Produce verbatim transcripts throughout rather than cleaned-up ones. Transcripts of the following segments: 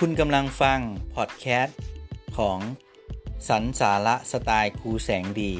คุณกำลังฟังพอดแคสต์ของสรรสาระสไตล์ครูแสงดี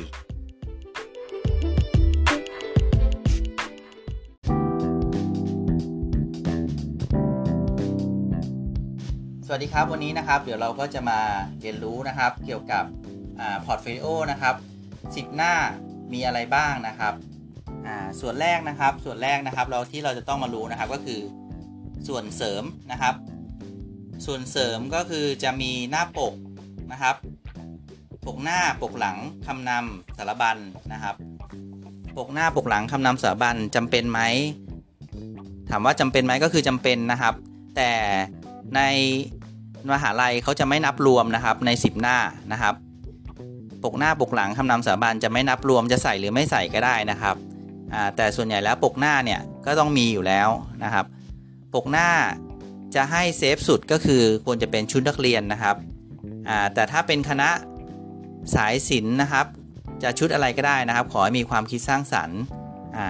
สวัสดีครับวันนี้นะครับเดี๋ยวเราก็จะมาเรียนรู้นะครับเกี่ยวกับพอร์ตโฟลิโอนะครับสิบหน้ามีอะไรบ้างนะครับอ่าส่วนแรกนะครับส่วนแรกนะครับเราที่เราจะต้องมารู้นะครับก็คือส่วนเสริมนะครับส่วนเสริมก็คือจะมีหน้าปกนะครับปกหน้าปกหลังคำนำสารบัญนะครับปกหน้าปกหลังคำนำสารบัญจำเป็นไหมถามว่าจำเป็นไหมก็คือจำเป็นนะครับแต่ในมหาลัยเขาจะไม่นับรวมนะครับในสิบหน้านะครับปกหน้าปกหลังคำนำสารบัญจะไม่นับรวมจะใส่หรือไม่ใส่ก็ได้นะครับอ่าแต่ส่วนใหญ่แล้วปกหน้าเนี่ยก็ต้องมีอยู่แล้วนะครับปกหน้าจะให้เซฟสุดก็คือควรจะเป็นชุดนักเรียนนะครับอ่าแต่ถ้าเป็นคณะสายศิลป์นะครับจะชุดอะไรก็ได้นะครับขอให้มีความคิดสร้างสรรค์อ่า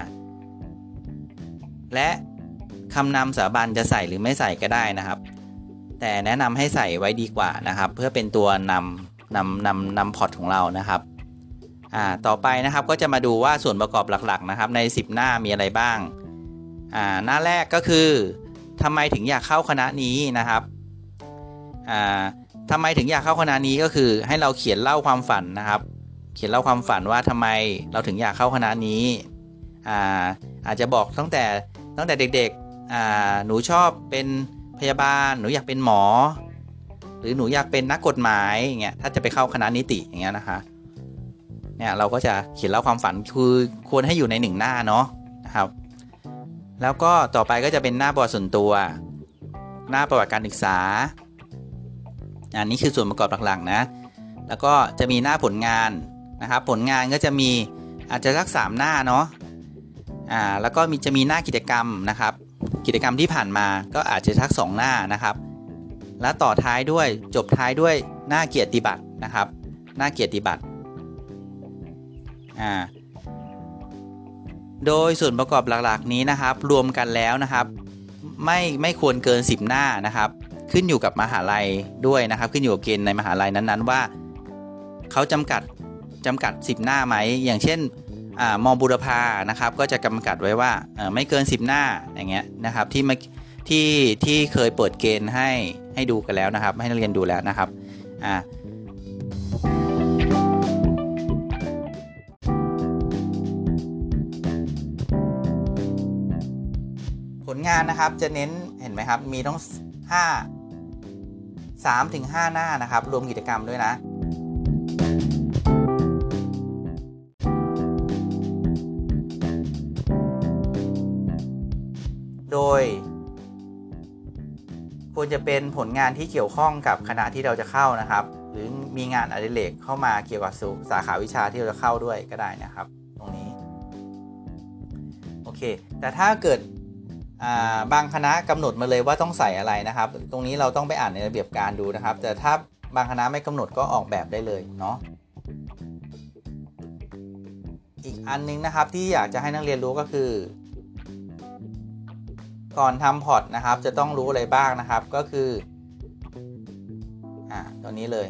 และคำนำสารบัญจะใส่หรือไม่ใส่ก็ได้นะครับแต่แนะนำให้ใส่ไว้ดีกว่านะครับเพื่อเป็นตัวนำนำนำนำพอร์ตของเรานะครับอ่าต่อไปนะครับก็จะมาดูว่าส่วนประกอบหลักๆนะครับในสิบหน้ามีอะไรบ้างอ่าหน้าแรกก็คือทำไมถึงอยากเข้าคณะนี้นะครับอ่าทำไมถึงอยากเข้าคณะนี้ก็คือให้เราเขียนเล่าความฝันนะครับเขียนเล่าความฝันว่าทำไมเราถึงอยากเข้าคณะนี้อ่าอาจจะบอกตั้งแต่ตั้งแต่เด็กๆอ่าหนูชอบเป็นพยาบาลหนูอยากเป็นหมอหรือหนูอยากเป็นนักกฎหมายอย่างเงี้ยถ้าจะไปเข้าคณะนิติอย่างเงี้ยนะคะเนี่ยเราก็จะเขียนเล่าความฝันคือควรให้อยู่ในหนึ่งหน้าเนาะนะครับแล้วก็ต่อไปก็จะเป็นหน้าประวัติส่วนตัวหน้าประวัติการศึกษาอันนี้คือส่วนประกอบหลักๆนะแล้วก็จะมีหน้าผลงานนะครับผลงานก็จะมีอาจจะสักสามหน้าเนาะอ่าแล้วก็มีจะมีหน้ากิจกรรมนะครับกิจกรรมที่ผ่านมาก็อาจจะสักสองหน้านะครับแล้วต่อท้ายด้วยจบท้ายด้วยหน้าเกียรติบัตรนะครับหน้าเกียรติบัตรอ่าโดยส่วนประกอบหลักๆนี้นะครับรวมกันแล้วนะครับไม่ไม่ควรเกินสิบหน้านะครับขึ้นอยู่กับมหาลัยด้วยนะครับขึ้นอยู่กับเกณฑ์ในมหาลัยนั้นๆว่าเขาจำกัดจำกัดสิบหน้าไหมอย่างเช่นอ่ามอบูรพานะครับก็จะจำกัดไว้ว่าไม่เกินสิบหน้าอย่างเงี้ยนะครับที่ที่ที่เคยเปิดเกณฑ์ให้ให้ดูกันแล้วนะครับให้นักเรียนดูแล้วนะครับอ่าผลงานนะครับจะเน้นเห็นไหมครับมีต้องห้า สามถึงห้าหน้านะครับรวมกิจกรรมด้วยนะโดยควรจะเป็นผลงานที่เกี่ยวข้องกับคณะที่เราจะเข้านะครับหรือมีงานอดิเรกเข้ามาเกี่ยวกับสาขาวิชาที่เราจะเข้าด้วยก็ได้นะครับตรงนี้โอเคแต่ถ้าเกิดบางคณะกำหนดมาเลยว่าต้องใส่อะไรนะครับตรงนี้เราต้องไปอ่านในระเบียบการดูนะครับแต่ถ้าบางคณะไม่กำหนดก็ออกแบบได้เลยเนาะอีกอันนึงนะครับที่อยากจะให้นักเรียนรู้ก็คือก่อนทำพอร์ตนะครับจะต้องรู้อะไรบ้างนะครับก็คืออ่าตัวนี้เลย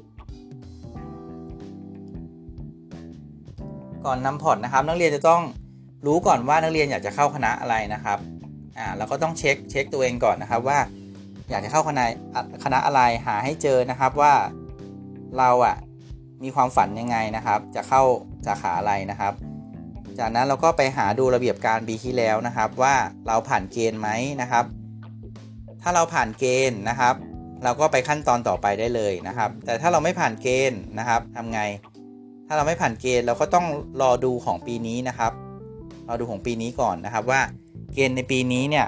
ก่อนนำพอร์ตนะครับนักเรียนจะต้องรู้ก่อนว่านักเรียนอยากจะเข้าคณะอะไรนะครับอ่าเราก็ต้องเช็คเช็คตัวเองก่อนนะครับว่าอยากจะเข้าคณะคณะอะไรหาให้เจอนะครับว่าเราอ่ะมีความฝันยังไงนะครับจะเข้าสาขาอะไรนะครับจากนั้นเราก็ไปหาดูระเบียบการปีที่แล้วนะครับว่าเราผ่านเกณฑ์ไหมนะครับถ้าเราผ่านเกณฑ์นะครับเราก็ไปขั้นตอนต่อไปได้เลยนะครับแต่ถ้าเราไม่ผ่านเกณฑ์นะครับทำไงถ้าเราไม่ผ่านเกณฑ์เราก็ต้องรอดูของปีนี้นะครับรอดูของปีนี้ก่อนนะครับว่าเกณฑ์ในปีนี้เนี่ย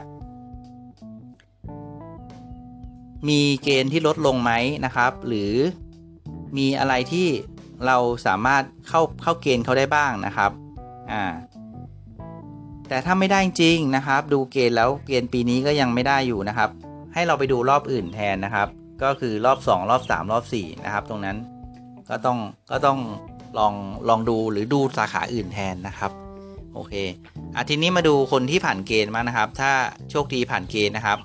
มีเกณฑ์ที่ลดลงไหมนะครับหรือมีอะไรที่เราสามารถเข้าเข้าเกณฑ์เขาได้บ้างนะครับอ่าแต่ถ้าไม่ได้จริงนะครับดูเกณฑ์แล้วเกณฑ์ปีนี้ก็ยังไม่ได้อยู่นะครับให้เราไปดูรอบอื่นแทนนะครับก็คือรอบสองรอบสามรอบสี่นะครับตรงนั้นก็ต้องก็ต้องลองลองดูหรือดูสาขาอื่นแทนนะครับโอเคอ่ะทีนี้มาดูคนที่ผ่านเกณฑ์มานะครับถ้าโชคดีผ่านเกณฑ์นะครับ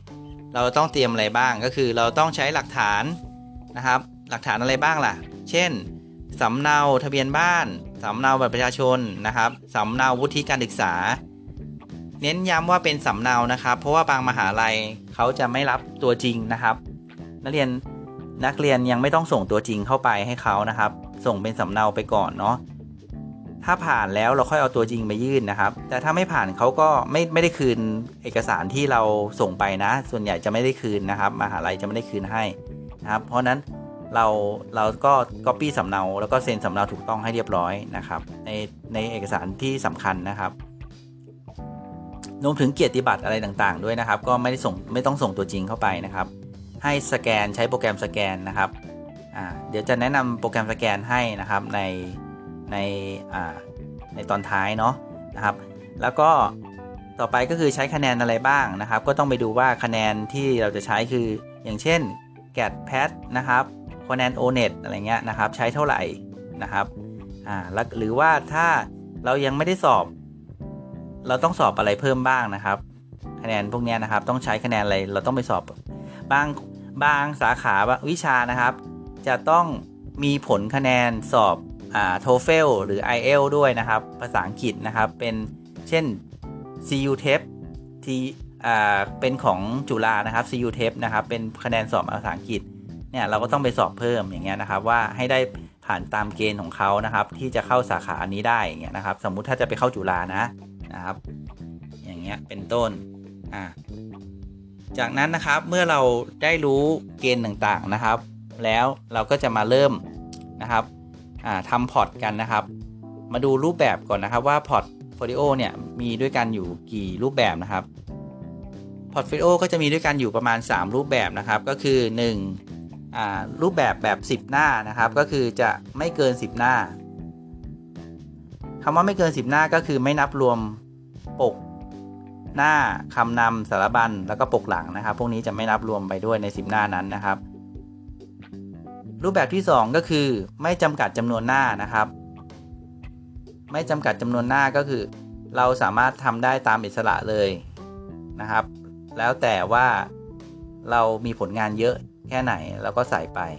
เราต้องเตรียมอะไรบ้างก็คือเราต้องใช้หลักฐานนะครับหลักฐานอะไรบ้างล่ะเช่นสำเนาทะเบียนบ้านสำเนาบัตรประชาชนนะครับสำเนาวุฒิการศึกษาเน้นย้ำว่าเป็นสำเนานะครับเพราะว่าบางมหาลัยเขาจะไม่รับตัวจริงนะครับนักเรียนนักเรียนยังไม่ต้องส่งตัวจริงเข้าไปให้เขานะครับส่งเป็นสำเนาไปก่อนเนาะถ้าผ่านแล้วเราค่อยเอาตัวจริงไปยื่นนะครับแต่ถ้าไม่ผ่านเขาก็ไม่ไม่ได้คืนเอกสารที่เราส่งไปนะส่วนใหญ่จะไม่ได้คืนนะครับมหาลัยจะไม่ได้คืนให้นะครับเพราะนั้นเราเราก็ copy สำเนาแล้วก็เซ็นสำเนาถูกต้องให้เรียบร้อยนะครับในในเอกสารที่สำคัญนะครับรวมถึงเกียรติบัตรอะไรต่างๆด้วยนะครับก็ไม่ได้ส่งไม่ต้องส่งตัวจริงเข้าไปนะครับให้สแกนใช้โปรแกรมสแกนนะครับอ่าเดี๋ยวจะแนะนำโปรแกรมสแกนให้นะครับในในอ่าในตอนท้ายเนาะนะครับแล้วก็ต่อไปก็คือใช้คะแนนอะไรบ้างนะครับก็ต้องไปดูว่าคะแนนที่เราจะใช้คืออย่างเช่น แกท แพท นะครับคะแนน โอ เน็ต อะไรเงี้ยนะครับใช้เท่าไหร่นะครับอ่าแล้วหรือว่าถ้าเรายังไม่ได้สอบเราต้องสอบอะไรเพิ่มบ้างนะครับคะแนนพวกนี้นะครับต้องใช้คะแนนอะไรเราต้องไปสอบบางบางสาขาวิชานะครับจะต้องมีผลคะแนนสอบอ่า โทเฟล หรือ ไอ เอล ด้วยนะครับภาษาอังกฤษนะครับเป็นเช่น ซี ยู ที อี พี ที่อ่าเป็นของจุฬานะครับ ซี ยู ที อี พี นะครับเป็นคะแนนสอบภาษาอังกฤษเนี่ยเราก็ต้องไปสอบเพิ่มอย่างเงี้ยนะครับว่าให้ได้ผ่านตามเกณฑ์ของเขานะครับที่จะเข้าสาขาอันนี้ได้อย่างเงี้ยนะครับสมมุติถ้าจะไปเข้าจุฬานะนะครับอย่างเงี้ยเป็นต้นอ่าจากนั้นนะครับเมื่อเราได้รู้เกณฑ์ต่างๆนะครับแล้วเราก็จะมาเริ่มนะครับอ่าทำพอร์ตกันนะครับมาดูรูปแบบก่อนนะครับว่าพอร์ตโฟลิโอเนี่ยมีด้วยกันอยู่กี่รูปแบบนะครับพอร์ตโฟลิโอก็จะมีด้วยกันอยู่ประมาณสามรูปแบบนะครับก็คือหนึ่งอ่ารูปแบบแบบสิบหน้านะครับก็คือจะไม่เกินสิบหน้าคำว่าไม่เกินสิบหน้าก็คือไม่นับรวมปกหน้าคำนำสารบัญแล้วก็ปกหลังนะครับพวกนี้จะไม่นับรวมไปด้วยในสิบหน้านั้นนะครับรูปแบบที่สองก็คือไม่จำกัดจำนวนหน้านะครับไม่จำกัดจำนวนหน้าก็คือเราสามารถทำได้ตามอิสระเลยนะครับแล้วแต่ว่าเรามีผลงานเยอะแค่ไหนเราก็ใส่ไป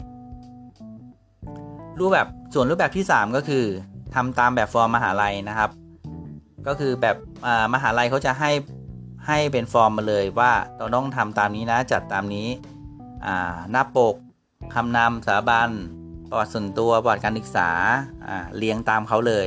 รูปแบบส่วนรูปแบบที่สามก็คือทำตามแบบฟอร์มมหาลัยนะครับก็คือแบบมหาลัยเขาจะให้ให้เป็นฟอร์มมาเลยว่าเราต้องทำตามนี้นะจัดตามนี้หน้าปกคำนำสารบัญประวัติส่วนตัวประวัติการศึกษาเรียงตามเขาเลย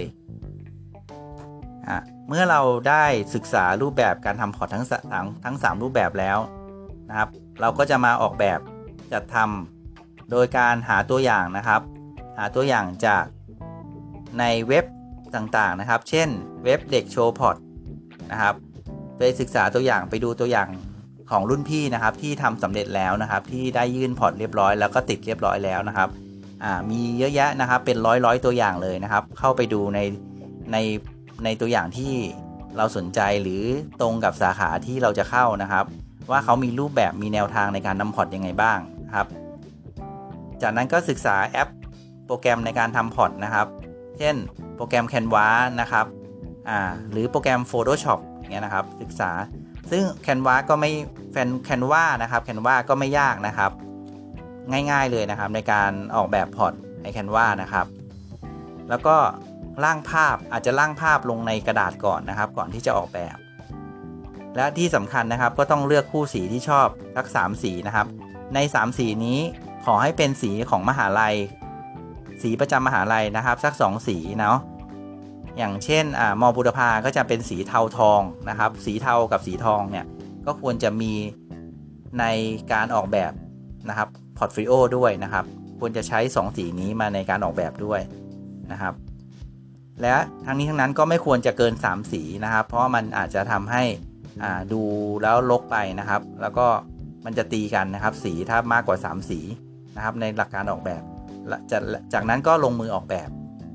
เมื่อเราได้ศึกษารูปแบบการทำพอร์ตทั้งทั้งสามรูปแบบแล้วนะครับเราก็จะมาออกแบบจัดทำโดยการหาตัวอย่างนะครับหาตัวอย่างจากในเว็บต่างๆนะครับเช่นเว็บเด็กโชว์พอร์ตนะครับไปศึกษาตัวอย่างไปดูตัวอย่างของรุ่นพี่นะครับที่ทำสำเร็จแล้วนะครับที่ได้ยื่นพอร์ตเรียบร้อยแล้วก็ติดเรียบร้อยแล้วนะครับอ่ามีเยอะแยะนะครับเป็นร้อยร้อยตัวอย่างเลยนะครับเข้าไปดูในในในตัวอย่างที่เราสนใจหรือตรงกับสาขาที่เราจะเข้านะครับว่าเขามีรูปแบบมีแนวทางในการนำพอร์ตยังไงบ้างครับจากนั้นก็ศึกษาแอปโปรแกรมในการทำพอร์ตนะครับเช่นโปรแกรม Canva นะครับอ่าหรือโปรแกรม Photoshop อย่างเงี้ยนะครับศึกษาซึ่ง Canva ก็ไม่แฟน Canva นะครับ Canva ก็ไม่ยากนะครับง่ายๆเลยนะครับในการออกแบบพอร์ตใน Canva นะครับแล้วก็ร่างภาพอาจจะร่างภาพลงในกระดาษก่อนนะครับก่อนที่จะออกแบบและที่สำคัญนะครับก็ต้องเลือกคู่สีที่ชอบสักสามสีนะครับในสามสีนี้ขอให้เป็นสีของมหาลัยสีประจำมหาลัยนะครับสักสองสีเนาะอย่างเช่นอ่ามอบุรพาก็จะเป็นสีเทาทองนะครับสีเทากับสีทองเนี่ยก็ควรจะมีในการออกแบบนะครับพอร์ตโฟลิโอด้วยนะครับควรจะใช้สองสีนี้มาในการออกแบบด้วยนะครับและทั้งนี้ทั้งนั้นก็ไม่ควรจะเกินสามสีนะครับเพราะมันอาจจะทำให้อ่าดูแล้วรกไปนะครับแล้วก็มันจะตีกันนะครับสีถ้ามากกว่าสามสีนะครับในหลักการออกแบบจากจากนั้นก็ลงมือออกแบบ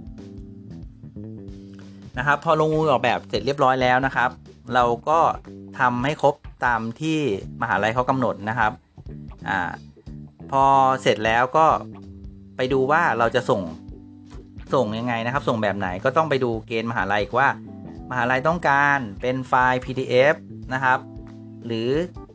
นะครับพอลงมือออกแบบเสร็จเรียบร้อยแล้วนะครับเราก็ทำให้ครบตามที่มหาลัยเขากำหนดนะครับอ่าพอเสร็จแล้วก็ไปดูว่าเราจะส่งส่งยังไงนะครับส่งแบบไหนก็ต้องไปดูเกณฑ์มหาลัยว่ามหาลัยต้องการเป็นไฟล์ พี ดี เอฟ นะครับหรือ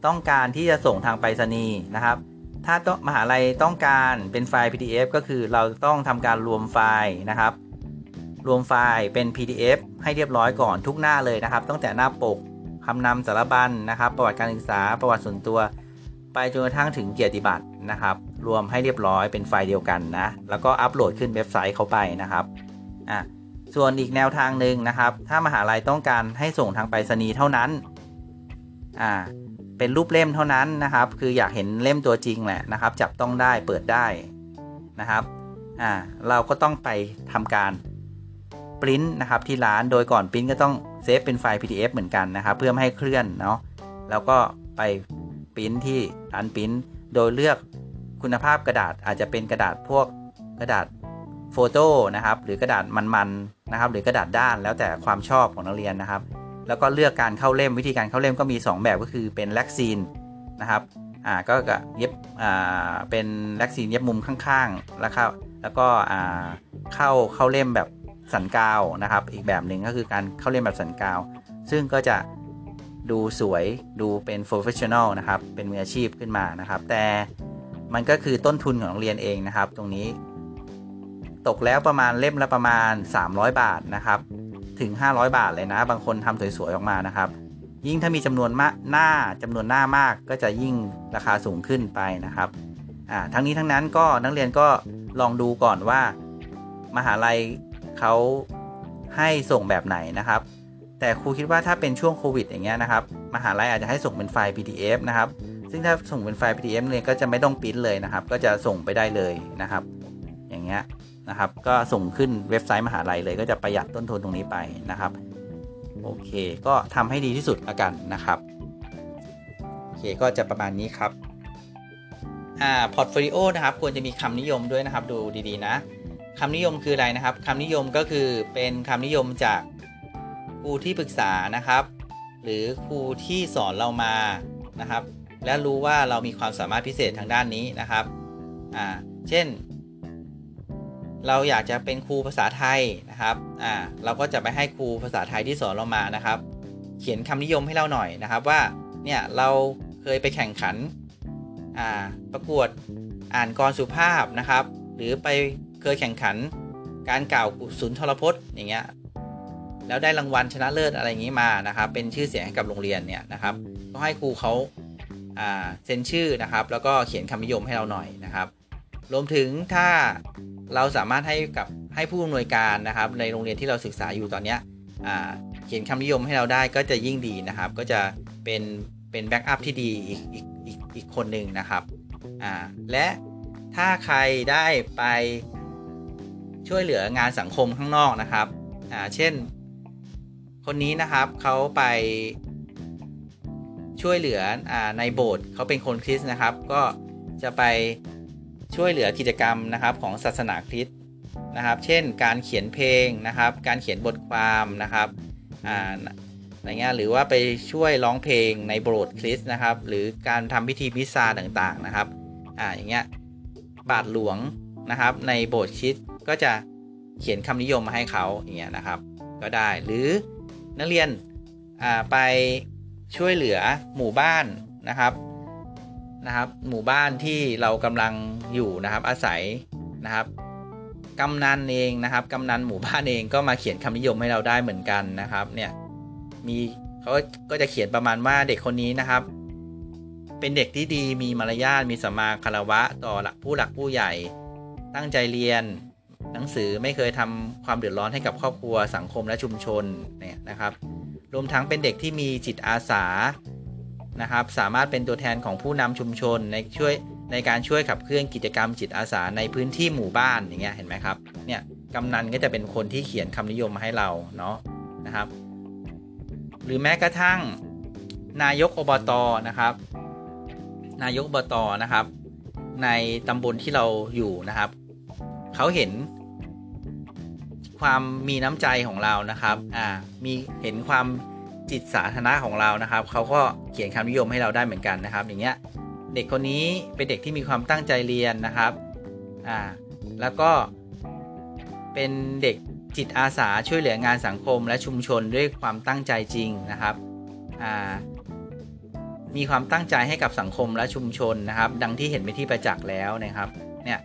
ต้องการที่จะส่งทางไปรษณีย์นะครับถ้ามหาลัยต้องการเป็นไฟล์ พี ดี เอฟ ก็คือเราต้องทำการรวมไฟล์นะครับรวมไฟล์เป็น พี ดี เอฟ ให้เรียบร้อยก่อนทุกหน้าเลยนะครับตั้งแต่หน้าปกคำนำสารบัญนะครับประวัติการศึกษาประวัติส่วนตัวไปจนกระทั่งถึงเกียรติบัตรนะครับรวมให้เรียบร้อยเป็นไฟล์เดียวกันนะแล้วก็อัปโหลดขึ้นเว็บไซต์เขาไปนะครับอ่ะส่วนอีกแนวทางหนึ่งนะครับถ้ามหาลัยต้องการให้ส่งทางไปรษณีย์เท่านั้นอ่าเป็นรูปเล่มเท่านั้นนะครับคืออยากเห็นเล่มตัวจริงแหละนะครับจับต้องได้เปิดได้นะครับอ่าเราก็ต้องไปทำการปริ้นนะครับที่ร้านโดยก่อนปริ้นก็ต้องเซฟเป็นไฟล์ พี ดี เอฟ เหมือนกันนะครับเพื่อไม่ให้เคลื่อนเนาะแล้วก็ไปปริ้นที่ร้านปริ้นโดยเลือกคุณภาพกระดาษอาจจะเป็นกระดาษพวกกระดาษโฟโต้นะครับหรือกระดาษมันๆนะครับหรือกระดาษด้านแล้วแต่ความชอบของนักเรียนนะครับแล้วก็เลือกการเข้าเล่มวิธีการเข้าเล่มก็มีสองแบบก็คือเป็นแล็กซีนนะครับอ่าก็เย็บอ่าเป็นแล็กซีนเย็บมุมข้างๆแล้วเข้าแล้วก็อ่าเข้าเข้าเล่มแบบสันกาวนะครับอีกแบบหนึ่งก็คือการเข้าเล่มแบบสันกาวซึ่งก็จะดูสวยดูเป็นโปรเฟชชั่นอลนะครับเป็นมืออาชีพขึ้นมานะครับแต่มันก็คือต้นทุนของโรงเรียนเองนะครับตรงนี้ตกแล้วประมาณเล่มละประมาณสามร้อยบาทนะครับถึงห้าร้อยบาทเลยนะบางคนทำสวยๆออกมานะครับยิ่งถ้ามีจำนวนหน้าจำนวนหน้ามากก็จะยิ่งราคาสูงขึ้นไปนะครับอ่าทั้งนี้ทั้งนั้นก็นักเรียนก็ลองดูก่อนว่ามหาลัยเขาให้ส่งแบบไหนนะครับแต่ครูคิดว่าถ้าเป็นช่วงโควิดอย่างเงี้ยนะครับมหาลัยอาจจะให้ส่งเป็นไฟล์ พี ดี เอฟ นะครับซึ่งถ้าส่งเป็นไฟล์ พี ดี เอฟ เนี่ยก็จะไม่ต้องปริ้นเลยนะครับก็จะส่งไปได้เลยนะครับอย่างเงี้ยนะครับก็ส่งขึ้นเว็บไซต์มหาลัยเลยก็จะประหยัดต้นทุนตรงนี้ไปนะครับโอเคก็ทำให้ดีที่สุดละกันนะครับโอเคก็จะประมาณนี้ครับอ่าพอร์ตโฟลิโอนะครับควรจะมีคำนิยมด้วยนะครับดูดีๆนะคำนิยมคืออะไรนะครับคำนิยมก็คือเป็นคำนิยมจากครูที่ปรึกษานะครับหรือครูที่สอนเรามานะครับและรู้ว่าเรามีความสามารถพิเศษทางด้านนี้นะครับอ่าเช่นเราอยากจะเป็นครูภาษาไทยนะครับอ่าเราก็จะไปให้ครูภาษาไทยที่สอนเรามานะครับเขียนคำนิยมให้เราหน่อยนะครับว่าเนี่ยเราเคยไปแข่งขันอ่าประกวดอ่านกรสุภาพนะครับหรือไปเคยแข่งขันการกล่าวสุนทรพจน์อย่างเงี้ยแล้วได้รางวัลชนะเลิศอะไรอย่างนี้มานะครับเป็นชื่อเสียงให้กับโรงเรียนเนี่ยนะครับก็ให้ครูเขาอ่าเซ็นชื่อนะครับแล้วก็เขียนคำนิยมให้เราหน่อยนะครับรวมถึงถ้าเราสามารถให้กับให้ผู้อำนวยการนะครับในโรงเรียนที่เราศึกษาอยู่ตอนนี้อ่าเขียนคำนิยมให้เราได้ก็จะยิ่งดีนะครับก็จะเป็นเป็นแบ็กอัพที่ดีอีกอีกอีกอีกคนหนึ่งนะครับอ่าและถ้าใครได้ไปช่วยเหลืองานสังคมข้างนอกนะครับอ่าเช่นคนนี้นะครับเขาไปช่วยเหลืออ่าในโบสถ์เขาเป็นคนคริสต์นะครับก็จะไปช่วยเหลือกิจกรรมนะครับของศาสนาคริสต์นะครับเช่นการเขียนเพลงนะครับการเขียนบทความนะครับอ่าอะไรเงี้ยหรือว่าไปช่วยร้องเพลงในโบสถ์คริสต์นะครับหรือการทำพิธีมิสซาต่างๆนะครับอ่าอย่างเงี้ยบาทหลวงนะครับในโบสถ์คริสต์ก็จะเขียนคำนิยมมาให้เขาอย่างเงี้ยนะครับก็ได้หรือนักเรียนอ่าไปช่วยเหลือหมู่บ้านนะครับนะครับหมู่บ้านที่เรากำลังอยู่นะครับอาศัยนะครับกำนันเองนะครับกำนันหมู่บ้านเองก็มาเขียนคำนิยมให้เราได้เหมือนกันนะครับเนี่ยมีเขาก็จะเขียนประมาณว่าเด็กคนนี้นะครับเป็นเด็กที่ดีมีมารยาทมีสัมมาคารวะต่อผู้หลักผู้ใหญ่ตั้งใจเรียนหนังสือไม่เคยทำความเดือดร้อนให้กับครอบครัวสังคมและชุมชนเนี่ยนะครับรวมทั้งเป็นเด็กที่มีจิตอาสานะครับสามารถเป็นตัวแทนของผู้นำชุมชนในช่วยในการช่วยขับเคลื่อนกิจกรรมจิตอาสาในพื้นที่หมู่บ้านอย่างเงี้ยเห็นไหมครับเนี่ยกำนันก็จะเป็นคนที่เขียนคำนิยมมาให้เราเนาะนะครับหรือแม้กระทั่งนายกอบต.นะครับนายกอบต.นะครับในตำบลที่เราอยู่นะครับเขาเห็นความมีน้ำใจของเรานะครับอ่ามีเห็นความจิตสาธารณะของเรานะครับเขาก็เขียนคำนิยมให้เราได้เหมือนกันนะครับอย่างเงี้ยเด็กคนนี้เป็นเด็กที่มีความตั้งใจเรียนนะครับอ่าแล้วก็เป็นเด็กจิตอาสาช่วยเหลืองานสังคมและชุมชนด้วยความตั้งใจจริงนะครับอ่ามีความตั้งใจให้กับสังคมและชุมชนนะครับดังที่เห็นเป็นที่ประจักษ์แล้วนะครับเนี่ย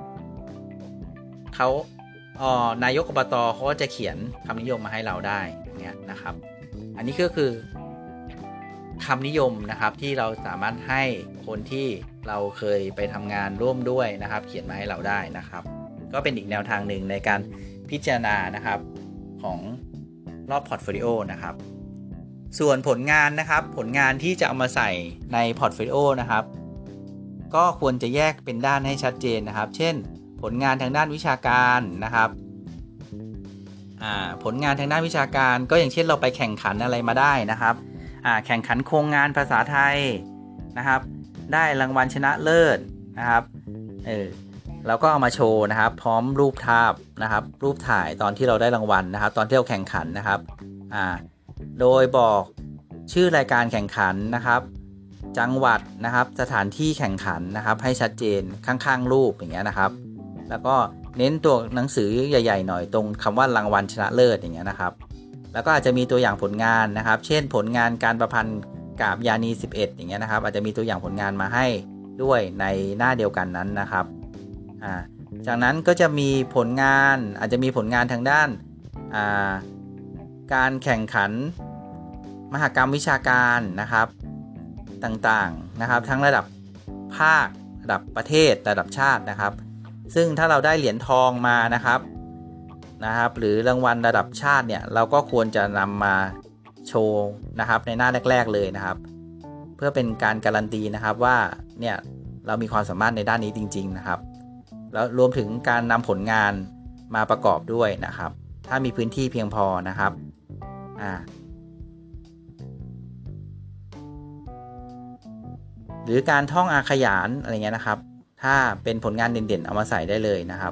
เขาเอ่อนายกอบตเขาก็จะเขียนคำนิยมมาให้เราได้เนี่ยนะครับอันนี้ก็คือคำนิยมนะครับที่เราสามารถให้คนที่เราเคยไปทำงานร่วมด้วยนะครับเขียนมาให้เราได้นะครับก็เป็นอีกแนวทางหนึ่งในการพิจารณานะครับของรอบพอร์ตโฟลิโอนะครับส่วนผลงานนะครับผลงานที่จะเอามาใส่ในพอร์ตโฟลิโอนะครับก็ควรจะแยกเป็นด้านให้ชัดเจนนะครับเช่นผลงานทางด้านวิชาการนะครับอ่าผลงานทางด้านวิชาการก็อย่างเช่นเราไปแข่งขันอะไรมาได้นะครับอ่าแข่งขันโครงงานภาษาไทยนะครับได้รางวัลชนะเลิศนะครับเออเราก็เอามาโชว์นะครับพร้อมรูปภาพนะครับรูปถ่ายตอนที่เราได้รางวัลนะครับตอนที่เราแข่งขันนะครับอ่าโดยบอกชื่อรายการแข่งขันนะครับจังหวัดนะครับสถานที่แข่งขันนะครับให้ชัดเจนข้างๆรูปอย่างเงี้ยนะครับแล้วก็เน้นตัวหนังสือใหญ่ๆหน่อยตรงคำว่ารางวัลชนะเลิศอย่างเงี้ยนะครับแล้วก็อาจจะมีตัวอย่างผลงานนะครับเช่นผลงานการประพันธ์กาบยานีสิบเอ็ดอย่างเงี้ยนะครับอาจจะมีตัวอย่างผลงานมาให้ด้วยในหน้าเดียวกันนั้นนะครับอ่าจากนั้นก็จะมีผลงานอาจจะมีผลงานทางด้านอ่าการแข่งขันมหกรรมวิชาการนะครับต่างๆนะครับทั้งระดับภาคระดับประเทศระดับชาตินะครับซึ่งถ้าเราได้เหรียญทองมานะครับนะครับหรือรางวัลระดับชาติเนี่ยเราก็ควรจะนำมาโชว์นะครับในหน้าแรกๆเลยนะครับเพื่อเป็นการการันตีนะครับว่าเนี่ยเรามีความสามารถในด้านนี้จริงๆนะครับแล้วรวมถึงการนำผลงานมาประกอบด้วยนะครับถ้ามีพื้นที่เพียงพอนะครับอ่าหรือการท่องอาขยานอะไรเงี้ยนะครับถ้าเป็นผลงานเด่นๆเอามาใส่ได้เลยนะครับ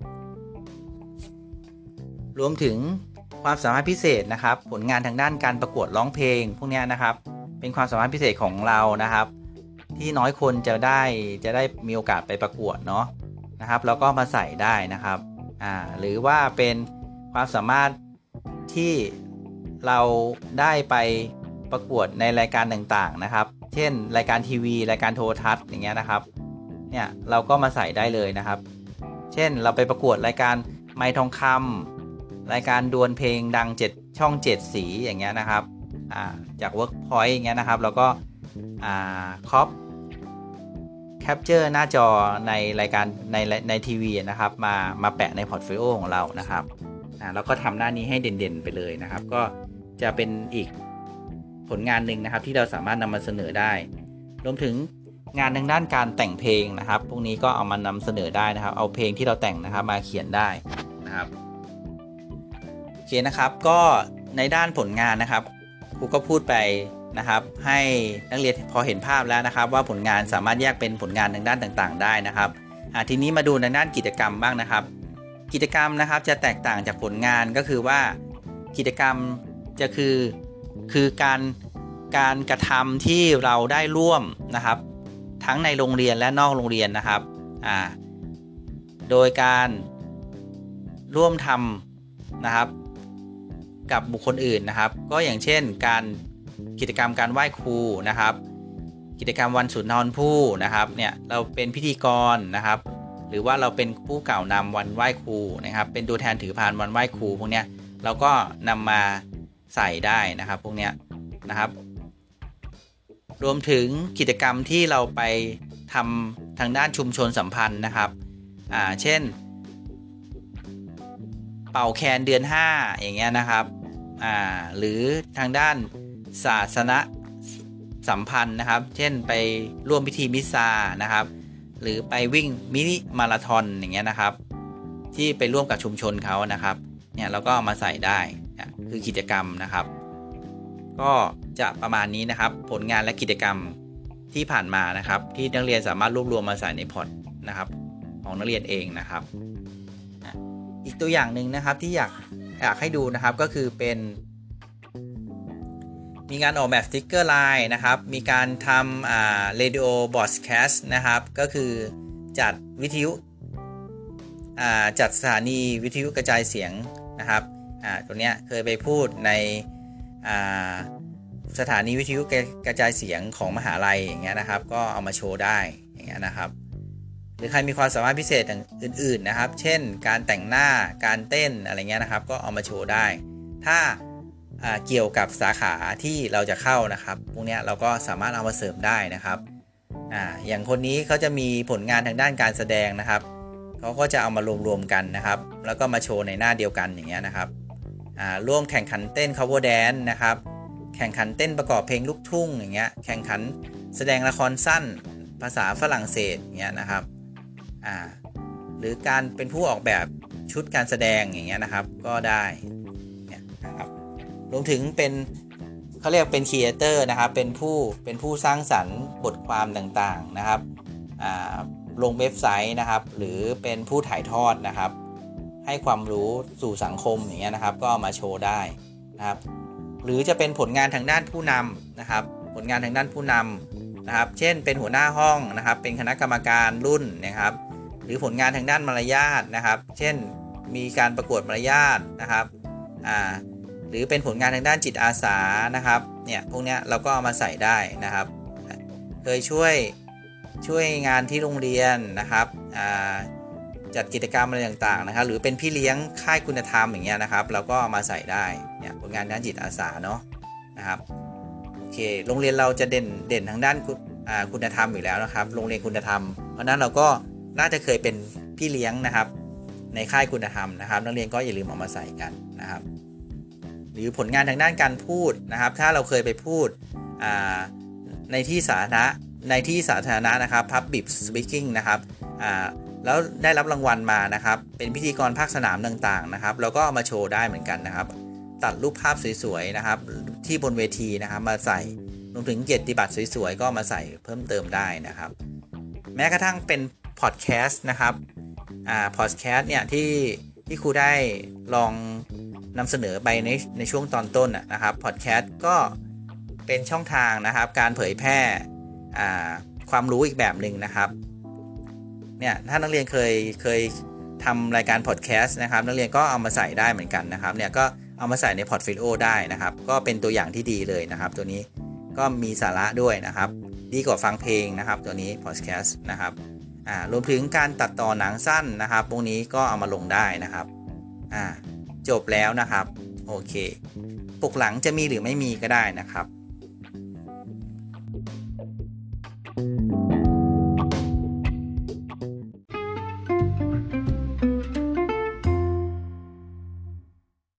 รวมถึงความสามารถพิเศษนะครับผลงานทางด้านการประกวดร้องเพลงพวกนี้นะครับเป็นความสามารถพิเศษของเรานะครับที่น้อยคนจะได้จะได้มีโอกาสไปประกวดเนาะนะครับแล้วก็มาใส่ได้นะครับอ่าหรือว่าเป็นความสามารถที่เราได้ไปประกวดในรายการต่างๆนะครับเช่นรายการทีวีรายการโทรทัศน์อย่างเงี้ยนะครับเนี่ยเราก็มาใส่ได้เลยนะครับเช่นเราไปประกวดรายการไมค์ทองคำรายการดวลเพลงดังเจ็ดช่องเจ็ดสีอย่างเงี้ยนะครับอ่าจาก Workpoint อย่างเงี้ยนะครับแล้วก็อ่าครอปแคปเจอร์หน้าจอในรายการในในทีวีนะครับมามาแปะในพอร์ตโฟลิโอของเรานะครับอ่าแล้วก็ทำหน้านี้ให้เด่นๆไปเลยนะครับก็จะเป็นอีกผลงานหนึ่งนะครับที่เราสามารถนำมาเสนอได้รวมถึงงานทางด้านการแต่งเพลงนะครับพวกนี้ก็เอามานำเสนอได้นะครับเอาเพลงที่เราแต่งนะครับมาเขียนได้นะครับโอเคนะครับก็ในด้านผลงานนะครับครูก็พูดไปนะครับให้นักเรียนพอเห็นภาพแล้วนะครับว่าผลงานสามารถแยกเป็นผลงานทางด้านต่างๆได้นะครับทีนี้มาดูในด้านกิจกรรมบ้างนะครับกิจกรรมนะครับจะแตกต่างจากผลงานก็คือว่ากิจกรรมจะคือคือการการกระทำที่เราได้ร่วมนะครับทั้งในโรงเรียนและนอกโรงเรียนนะครับอ่าโดยการร่วมทำนะครับกับบุคคลอื่นนะครับก็อย่างเช่นการกิจกรรมการไหว้ครูนะครับกิจกรรมวันสุนทรภู่นะครับเนี่ยเราเป็นพิธีกรนะครับหรือว่าเราเป็นผู้กล่าวนำวันไหว้ครูนะครับเป็นตัวแทนถือพานวันไหว้ครูพวกเนี้ยเราก็นำมาใส่ได้นะครับพวกเนี้ยนะครับรวมถึงกิจกรรมที่เราไปทำทางด้านชุมชนสัมพันธ์นะครับอ่าเช่นเป่าแคนเดือนห้าอย่างเงี้ยนะครับอ่าหรือทางด้านศาสนสัมพันธ์นะครับเช่นไปร่วมพิธีมิสซานะครับหรือไปวิ่งมินิมาราธอนอย่างเงี้ยนะครับที่ไปร่วมกับชุมชนเขานะครับเนี่ยเราก็เอามาใส่ได้นะคือกิจกรรมนะครับก็จะประมาณนี้นะครับผลงานและกิจกรรมที่ผ่านมานะครับที่นักเรียนสามารถรวบรวมมาใส่ในพอร์ตนะครับของนักเรียนเองนะครับอีกตัวอย่างหนึ่งนะครับที่อยากอยากให้ดูนะครับก็คือเป็นมีการออกแบบสติ๊กเกอร์ไลน์นะครับมีการทำอ่า radio broadcast นะครับก็คือจัดวิทยุอ่าจัดสถานีวิทยุกระจายเสียงนะครับอ่าตัวเนี้ยเคยไปพูดในอ่าสถานีวิทยุกระจายเสียงของมหาลัยอย่างเงี้ยนะครับก็เอามาโชว์ได้อย่างเงี้ยนะครับหรือใครมีความสามารถพิเศษอื่นๆนะครับเช่นการแต่งหน้าการเต้นอะไรเงี้ยนะครับก็เอามาโชว์ได้ถ้าเกี่ยวกับสาขาที่เราจะเข้านะครับพวกนี้เราก็สามารถเอามาเสริมได้นะครับอ่าอย่างคนนี้เขาจะมีผลงานทางด้านการแสดงนะครับเขาก็จะเอามารวมๆกันนะครับแล้วก็มาโชว์ในหน้าเดียวกันอย่างเงี้ยนะครับอ่าร่วมแข่งขันเต้น cover dance นะครับแข่งขันเต้นประกอบเพลงลูกทุ่งอย่างเงี้ยแข่งขันแสดงละครสั้นภาษาฝรั่งเศสอย่างเงี้ยนะครับอ่าหรือการเป็นผู้ออกแบบชุดการแสดงอย่างเงี้ยนะครับก็ได้เนี่ยนะครับรวมถึงเป็นเขาเรียกเป็นครีเอเตอร์นะครับเป็นผู้เป็นผู้สร้างสรรค์บทความต่างๆนะครับอ่าลงเว็บไซต์นะครับหรือเป็นผู้ถ่ายทอดนะครับให้ความรู้สู่สังคมอย่างเงี้ยนะครับก็เอามาโชว์ได้นะครับหรือจะเป็นผลงานทางด้านผู้นำนะครับผลงานทางด้านผู้นำนะครับเช่นเป็นหัวหน้าห้องนะครับเป็นคณะกรรมการรุ่นนะครับหรือผลงานทางด้านมารยาทนะครับเช่นมีการประกวดมารยาทนะครับอ่าหรือเป็นผลงานทางด้านจิตอาสานะครับเนี่ยพวกเนี้ยเราก็เอามาใส่ได้นะครับเคยช่วยช่วยงานที่โรงเรียนนะครับอ่าจัดกิจกรรมอะไรต่างๆนะครับหรือเป็นพี่เลี้ยงค่ายคุณธรรมอย่างเงี้ยนะครับเราก็เอามาใส่ได้เนี่ยผลงานด้านจิตอาสาเนาะนะครับโอเคโรงเรียนเราจะเด่นเด่นทางด้านคุณธรรมอยู่แล้วนะครับโรงเรียนคุณธรรมเพราะนั้นเราก็น่าจะเคยเป็นพี่เลี้ยงนะครับในค่ายคุณธรรมนะครับนักเรียนก็อย่าลืมเอามาใส่กันนะครับหรือผลงานทางด้านการพูดนะครับถ้าเราเคยไปพูดในที่สาธารณะในที่สาธารณะนะครับ Public Speaking นะครับแล้วได้รับรางวัลมานะครับเป็นพิธีกรภาคสนามต่างๆนะครับเราก็เอามาโชว์ได้เหมือนกันนะครับตัดรูปภาพสวยๆนะครับที่บนเวทีนะครับมาใส่รวมถึงเกียรติบัตรสวยๆก็มาใส่เพิ่มเติมได้นะครับแม้กระทั่งเป็นพอดแคสต์นะครับอ่าพอดแคสต์เนี่ยที่ที่ครูได้ลองนำเสนอไปในในช่วงตอนต้นนะครับพอดแคสต์ก็เป็นช่องทางนะครับการเผยแพร่อ่าความรู้อีกแบบหนึ่งนะครับเนี่ยถ้านักเรียนเคยเคยทำรายการพอดแคสต์นะครับนักเรียนก็เอามาใส่ได้เหมือนกันนะครับเนี่ยก็เอามาใส่ในพอร์ตโฟลิโอได้นะครับก็เป็นตัวอย่างที่ดีเลยนะครับตัวนี้ก็มีสาระด้วยนะครับดีกว่าฟังเพลงนะครับตัวนี้พอดแคสต์นะครับอ่ารวมถึงการตัดต่อหนังสั้นนะครับพวกนี้ก็เอามาลงได้นะครับอ่าจบแล้วนะครับโอเคปกหลังจะมีหรือไม่มีก็ได้นะครับ